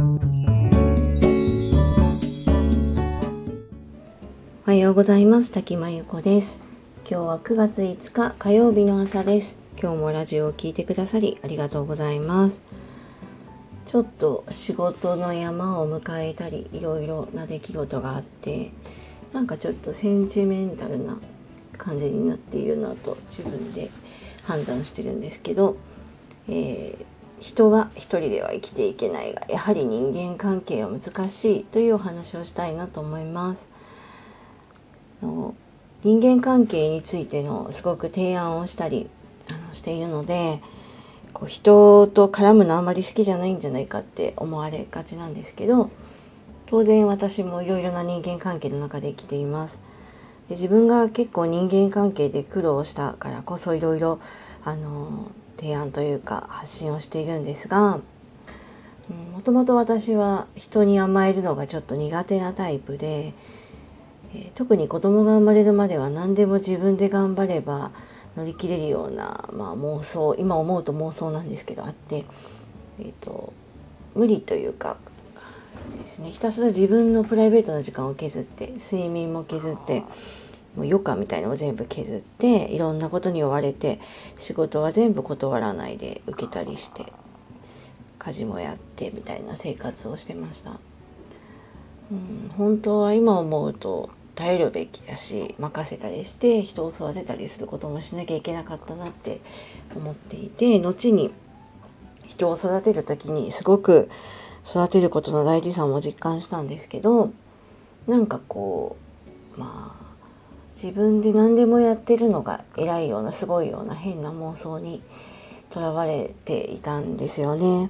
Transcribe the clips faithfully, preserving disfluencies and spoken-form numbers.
おはようございます。滝真由子です。今日はくがついつか火曜日の朝です。今日もラジオを聞いてくださりありがとうございます。ちょっと仕事の山を迎えたりいろいろな出来事があって、なんかちょっとセンチメンタルな感じになっているなと自分で判断してるんですけど、えー、人は一人では生きていけないが、やはり人間関係は難しいというお話をしたいなと思います。人間関係についてのすごく提案をしたりあのしているので、こう人と絡むのあんまり好きじゃないんじゃないかって思われがちなんですけど、当然私もいろいろな人間関係の中で生きています。で自分が結構人間関係で苦労したからこそいろいろあの提案というか発信をしているんですが、もともと私は人に甘えるのがちょっと苦手なタイプで、えー、特に子供が生まれるまでは何でも自分で頑張れば乗り切れるような、まあ、妄想、今思うと妄想なんですけどあって、えーと、無理というかそうですね、ひたすら自分のプライベートな時間を削って、睡眠も削って、もう余暇みたいなのを全部削って、いろんなことに追われて、仕事は全部断らないで受けたりして、家事もやってみたいな生活をしてました。うん、本当は今思うと耐えるべきだし、任せたりして人を育てたりすることもしなきゃいけなかったなって思っていて、後に人を育てる時にすごく育てることの大事さも実感したんですけど、なんかこうまあ自分で何でもやってるのが偉いようなすごいような変な妄想にとらわれていたんですよね。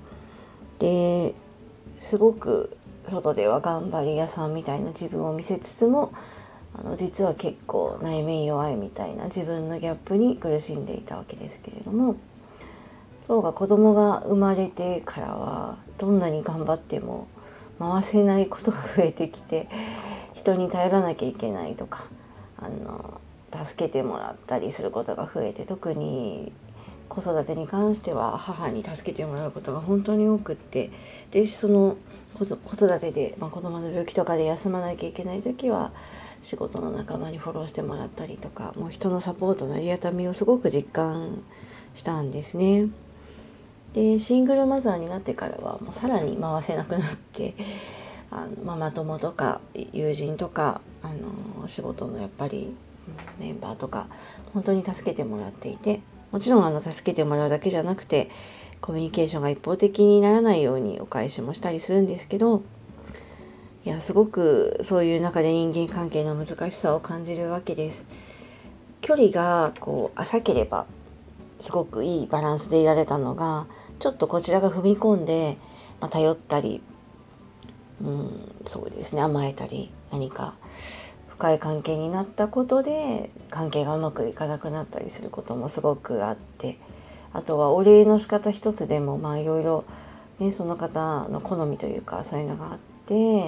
ですごく外では頑張り屋さんみたいな自分を見せつつも、あの実は結構内面弱いみたいな自分のギャップに苦しんでいたわけですけれども、そうが子供が生まれてからはどんなに頑張っても回せないことが増えてきて、人に頼らなきゃいけないとか、あの助けてもらったりすることが増えて、特に子育てに関しては母に助けてもらうことが本当に多くって、でその子育てで、まあ、子供の病気とかで休まなきゃいけない時は仕事の仲間にフォローしてもらったりとか、もう人のサポートのありがたみをすごく実感したんですね。でシングルマザーになってからはもうさらに回せなくなって、あのママ友とか友人とかあの仕事のやっぱりメンバーとか本当に助けてもらっていて、もちろんあの助けてもらうだけじゃなくてコミュニケーションが一方的にならないようにお返しもしたりするんですけど、いやすごくそういう中で人間関係の難しさを感じるわけです。距離がこう浅ければすごくいいバランスでいられたのが、ちょっとこちらが踏み込んで、まあ、頼ったり、うん、そうですね、甘えたり、何か深い関係になったことで関係がうまくいかなくなったりすることもすごくあって、あとはお礼の仕方一つでもまあいろいろね、その方の好みというかそういうのがあって、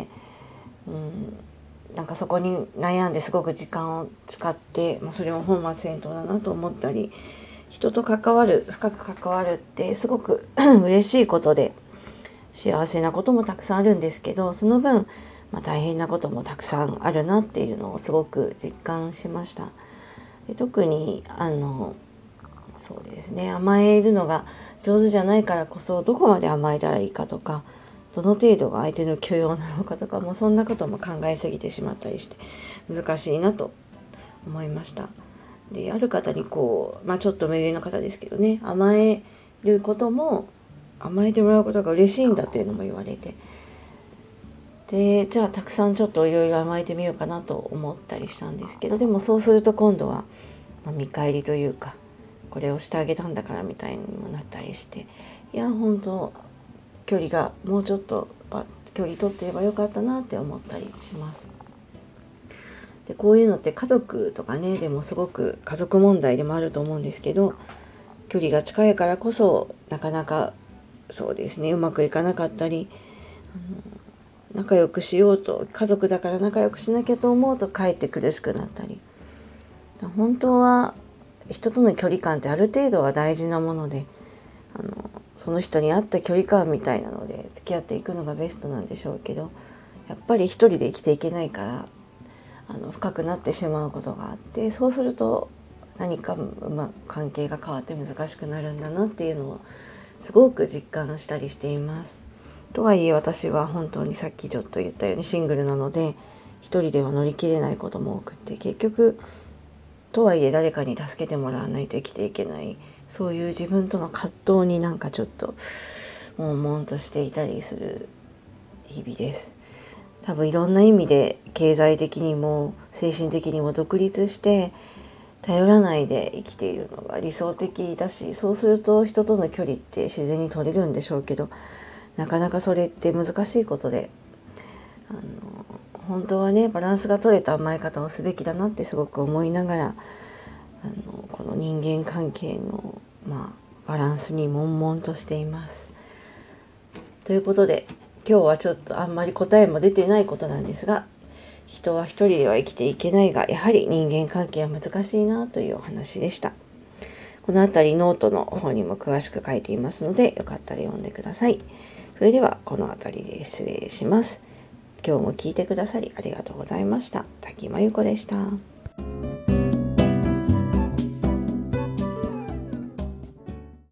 うん、なんかそこに悩んですごく時間を使って、まあ、それも本末転倒だなと思ったり、人と関わる、深く関わるってすごく嬉しいことで幸せなこともたくさんあるんですけど、その分、まあ、大変なこともたくさんあるなっていうのをすごく実感しました。で特にあのそうですね、甘えるのが上手じゃないからこそどこまで甘えたらいいかとか、どの程度が相手の許容なのかとか、もうそんなことも考えすぎてしまったりして難しいなと思いました。である方にこう、まあ、ちょっと目上の方ですけどね、甘えることも甘えてもらうことが嬉しいんだっていうのも言われて、でじゃあたくさんちょっといろいろ甘えてみようかなと思ったりしたんですけど、でもそうすると今度は、まあ、見返りというか、これをしてあげたんだからみたいにもなったりして、いや本当距離がもうちょっと距離取ってればよかったなって思ったりします。でこういうのって家族とかねでもすごく家族問題でもあると思うんですけど、距離が近いからこそなかなかそうですねうまくいかなかったり、あの仲良くしようと、家族だから仲良くしなきゃと思うとかえって苦しくなったり、本当は人との距離感ってある程度は大事なもので、あのその人に合った距離感みたいなので付き合っていくのがベストなんでしょうけど、やっぱり一人で生きていけないからあの深くなってしまうことがあって、そうすると何か、ま、関係が変わって難しくなるんだなっていうのをすごく実感したりしています。とはいえ私は本当にさっきちょっと言ったようにシングルなので、一人では乗り切れないことも多くて、結局とはいえ誰かに助けてもらわないと生きていけない、そういう自分との葛藤になんかちょっと悶々としていたりする日々です。多分いろんな意味で経済的にも精神的にも独立して頼らないで生きているのが理想的だし、そうすると人との距離って自然に取れるんでしょうけど、なかなかそれって難しいことで、あの本当はねバランスが取れた甘え方をすべきだなってすごく思いながら、あのこの人間関係の、まあ、バランスに悶々としています。ということで今日はちょっとあんまり答えも出てないことなんですが、人は一人では生きていけないが、やはり人間関係は難しいなというお話でした。このあたりノートの方にも詳しく書いていますので、よかったら読んでください。それではこのあたりで失礼します。今日も聞いてくださりありがとうございました。滝真由子でした。